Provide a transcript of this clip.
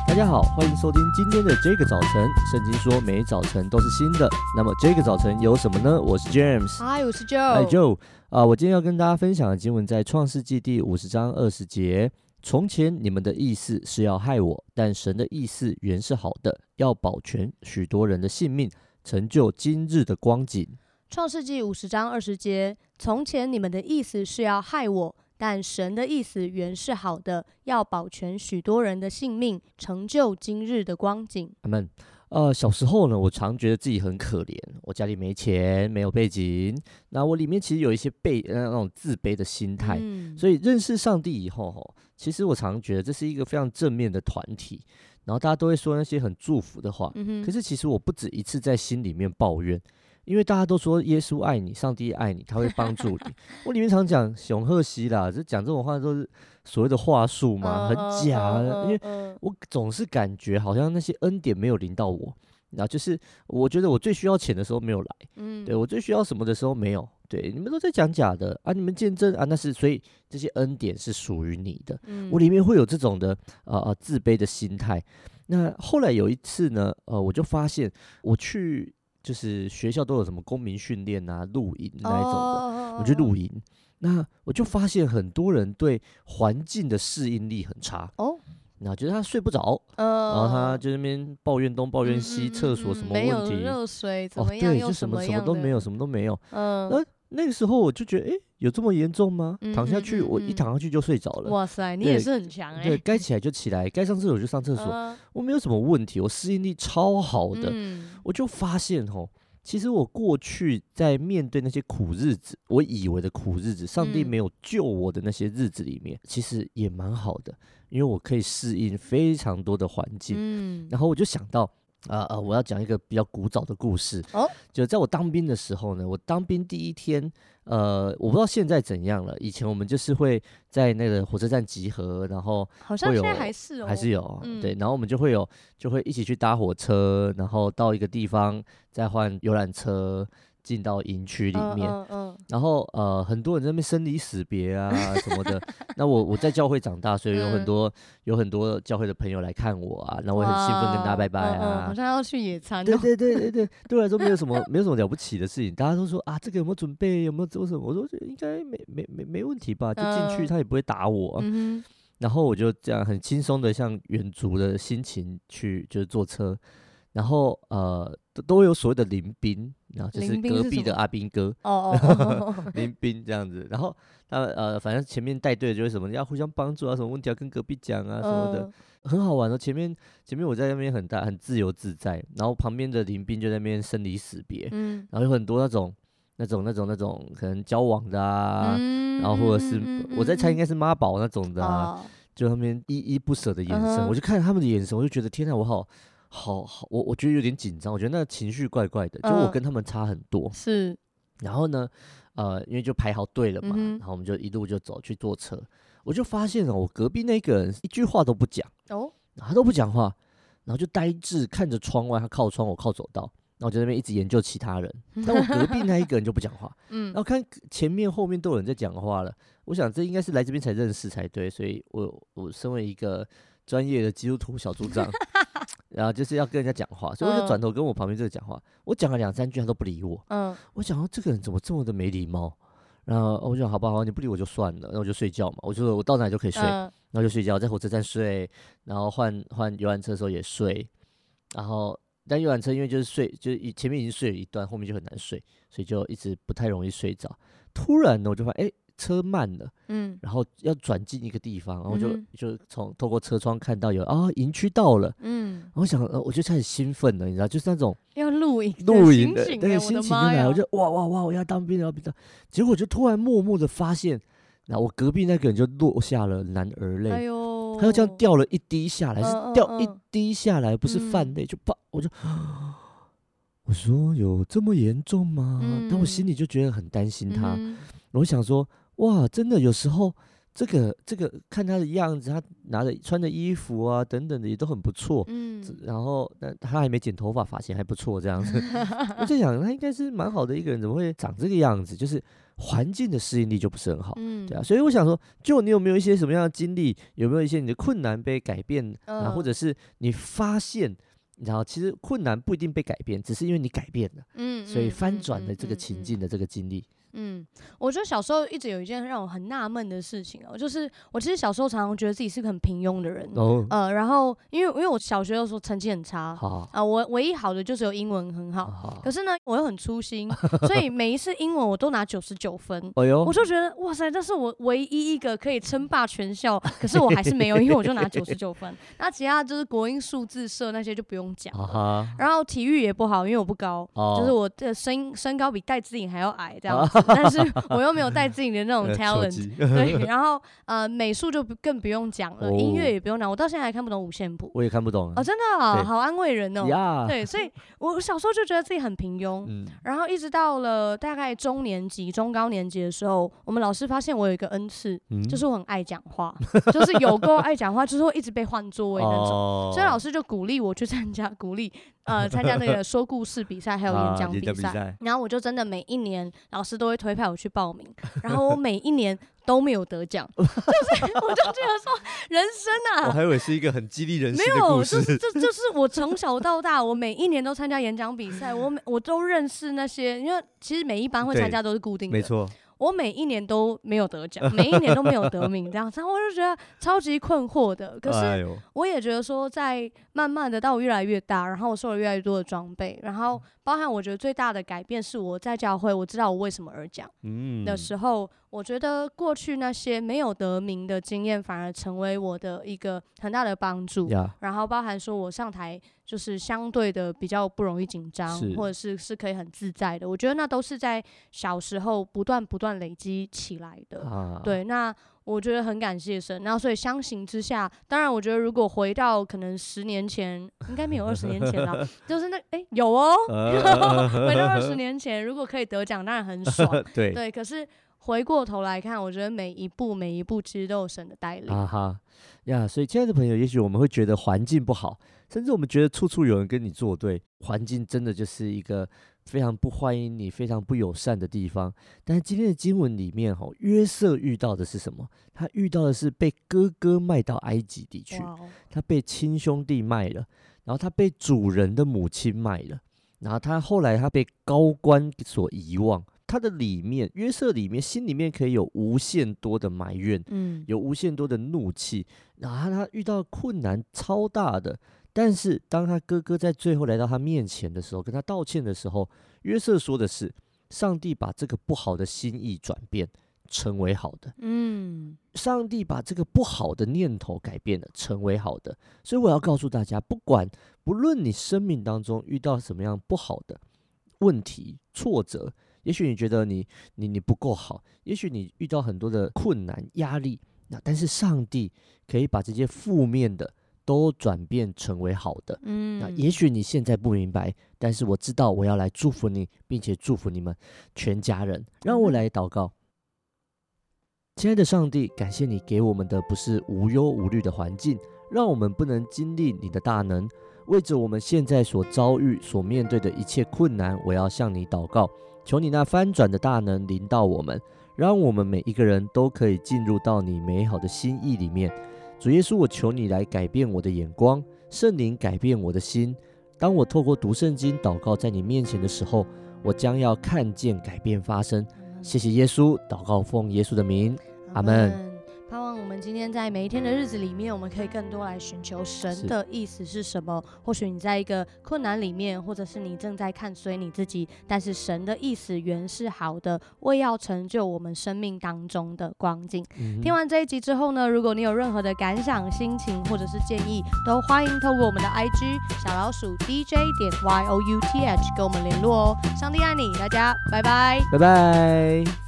大家好，欢迎收听今天的这个早晨。圣经说每早晨都是新的，那么这个早晨有什么呢？我是 James。 嗨，我是 Joe。 嗨 Joe，我今天要跟大家分享的经文在创世纪第50章20节。从前你们的意思是要害我，但神的意思原是好的，要保全许多人的性命，成就今日的光景。 创世纪50章20节，从前你们的意思是要害我，但神的意思原是好的，要保全许多人的性命，成就今日的光景。 阿们。小时候呢，我常觉得自己很可怜，我家里没钱，没有背景，那我里面其实有一些那种自卑的心态，所以认识上帝以后，其实我常觉得这是一个非常正面的团体，然后大家都会说那些很祝福的话，可是其实我不止一次在心里面抱怨。因为大家都说耶稣爱你，上帝爱你，他会帮助你。我里面常讲熊赫西啦，就讲这种话都是所谓的话术嘛，很假的。因为我总是感觉好像那些恩典没有临到我，然后就是我觉得我最需要钱的时候没有来，对我最需要什么的时候没有。对，你们都在讲假的啊，你们见证啊，那是所以这些恩典是属于你的。我里面会有这种的自卑的心态。那后来有一次呢，我就发现我去。就是学校都有什么公民训练啊、露营那一种的，我去露营，那我就发现很多人对环境的适应力很差然后觉得他睡不着，然后他就那边抱怨东抱怨西，厕所什么问题， 没有热水怎么样， 对，就什么都没有，什么都没有。那个时候我就觉得，有这么严重吗？躺下去，我一躺下去就睡着了。 哇塞，你也是很强对，该起来就起来，该上厕所就上厕所，我没有什么问题，我适应力超好的。我就发现其实我过去在面对那些苦日子，我以为的苦日子，上帝没有救我的那些日子里面，其实也蛮好的，因为我可以适应非常多的环境。然后我就想到。我要讲一个比较古早的故事。就在我当兵的时候呢，我当兵第一天，我不知道现在怎样了。以前我们就是会在那个火车站集合，然后好像现在还是有，对，然后我们就会一起去搭火车，然后到一个地方再换游览车进到营区里面。然后很多人在那边生离死别啊什么的。那我在教会长大，所以有很多教会的朋友来看我啊，那我也很兴奋跟大家拜拜啊。 好像要去野餐。 对，对我来说没有什么了不起的事情。大家都说啊，这个有没有准备，有没有做什么？我说应该没问题吧，就进去他也不会打我。然后我就这样很轻松的，像远足的心情去就是坐车。然后都会有所谓的临兵，然后就是隔壁的阿兵哥临兵这样子。然后他反正前面带队的就是什么要互相帮助啊，什么问题要跟隔壁讲啊什么的，很好玩的。前面我在那边很自由自在，然后旁边的临兵就在那边生离死别，然后有很多那种可能交往的啊，然后或者是我在猜应该是妈宝那种的啊，就他们依依不舍的眼神，我就看他们的眼神，我就觉得天哪，我我觉得有点紧张，我觉得那个情绪怪怪的，就我跟他们差很多。 是， 然后呢，因为就排好队了嘛，然后我们就一路就走去坐车，我就发现我隔壁那个人一句话都不讲，他都不讲话，然后就呆滞看着窗外，他靠窗，我靠走道，然后我就在那边一直研究其他人，但我隔壁那一个人就不讲话，然后看前面后面都有人在讲话了，我想这应该是来这边才认识才对，所以我身为一个专业的基督徒小组长。然后就是要跟人家讲话，所以我就转头跟我旁边这个讲话。我讲了2-3句，他都不理我。我想到这个人怎么这么的没礼貌？然后我就想，好吧，你不理我就算了，那我就睡觉嘛。我就说我到哪里就可以睡，然后就睡觉，在火车站睡，然后换游览车的时候也睡。然后但游览车因为就是睡，就是前面已经睡了一段，后面就很难睡，所以就一直不太容易睡着。突然呢，我就发现车慢了，然后要转进一个地方，然后就透过车窗看到有营区到了，然后我就开始兴奋了，你知道，就是那种要露营的那个心情就来，我就哇，我要当兵了，结果就突然默默的发现，然后我隔壁那个人就落下了男儿泪，他就这样掉了一滴下来，是掉一滴下来，不是泛泪，就啪，我说有这么严重吗？但我心里就觉得很担心他，我想说。哇，真的有时候这个看他的样子，他穿的衣服啊等等的也都很不错，然后他还没剪头发，发型还不错这样子，我在想他应该是蛮好的一个人，怎么会长这个样子？就是环境的适应力就不是很好，对啊，所以我想说，就你有没有一些什么样的经历，有没有一些你的困难被改变啊，或者是你发现，你知道，其实困难不一定被改变，只是因为你改变了，所以翻转了这个情境的这个经历。 我觉得小时候一直有一件让我很纳闷的事情就是我其实小时候常常觉得自己是个很平庸的人，然后因为我小学的时候成绩很差，我唯一好的就只有英文很好，可是呢我又很粗心，所以每一次英文我都拿99分，我就觉得哇塞，这是我唯一一个可以称霸全校，可是我还是没有，因为我就拿99分，那其他就是国英数自社那些就不用讲了，然后体育也不好，因为我不高，就是我的身高比戴资颖还要矮这样子。但是我又没有戴资颖的那种 talent， 对，然后美术就更不用讲了，音乐也不用讲，我到现在还看不懂五线谱， 我也看不懂真的好安慰人对，所以我小时候就觉得自己很平庸，然后一直到了大概中高年级的时候，我们老师发现我有一个恩赐，就是我很爱讲话，就是有够爱讲话，就是会一直被换座位那种，所以老师就鼓励我去参加那个说故事比赛还有演讲比赛，然后我就真的每一年老师都会推派我去报名，然后我每一年都没有得奖，就是我就觉得说人生我还以为是一个很激励人心的故事， 没有，就是我从小到大，我每一年都参加演讲比赛，我都认识那些，因为其实每一班会参加都是固定的， 没错。 我每一年都没有得奖，每一年都没有得名，这样子，然后我就觉得超级困惑的。可是我也觉得说，在慢慢的到我越来越大，然后我受了越来越多的装备，然后包含我觉得最大的改变是我在教会，我知道我为什么而讲的时候，我觉得过去那些没有得名的经验，反而成为我的一个很大的帮助。然后包含说我上台就是相对的比较不容易紧张，或者是可以很自在的。我觉得那都是在小时候不断累积起来的。对，那我觉得很感谢神。然后所以相形之下，当然我觉得如果回到可能10年前，应该没有20年前啦，就是有回到20年前，如果可以得奖，当然很爽。对，可是回过头来看，我觉得每一步其实都有神的带领。 所以亲爱的朋友，也许我们会觉得环境不好，甚至我们觉得处处有人跟你作对，环境真的就是一个非常不欢迎你、非常不友善的地方。但是今天的经文里面，约瑟遇到的是什么？他遇到的是被哥哥卖到埃及地去，他被亲兄弟卖了，然后他被主人的母亲卖了，然后后来他被高官所遗忘。他的约瑟里面心里面可以有无限多的埋怨，有无限多的怒气，然后他遇到困难超大的。但是当他哥哥在最后来到他面前的时候，跟他道歉的时候，约瑟说的是上帝把这个不好的心意转变成为好的，上帝把这个不好的念头改变了成为好的。所以我要告诉大家，不论你生命当中遇到什么样不好的问题挫折，也许你觉得你不够好，也许你遇到很多的困难压力，但是上帝可以把这些负面的都转变成为好的。那也许你现在不明白，但是我知道我要来祝福你，并且祝福你们全家人。让我来祷告。亲爱的上帝，感谢你给我们的不是无忧无虑的环境，让我们不能经历你的大能。为着我们现在所遭遇所面对的一切困难，我要向你祷告，求你那翻转的大能临到我们，让我们每一个人都可以进入到你美好的心意里面。主耶稣，我求你来改变我的眼光，圣灵改变我的心。当我透过读圣经祷告在你面前的时候，我将要看见改变发生。谢谢耶稣，祷告奉耶稣的名，阿们。 盼望我们今天在每一天的日子里面，我们可以更多来寻求神的意思是什么。或许你在一个困难里面，或者是你正在看衰你自己，但是神的意思原是好的，为要成就我们生命当中的光景。听完这一集之后呢，如果你有任何的感想、心情或者是建议，都欢迎透过我们的 IG DJ.YOUTH 跟我们联络哦。上帝爱你，大家拜拜， 拜拜。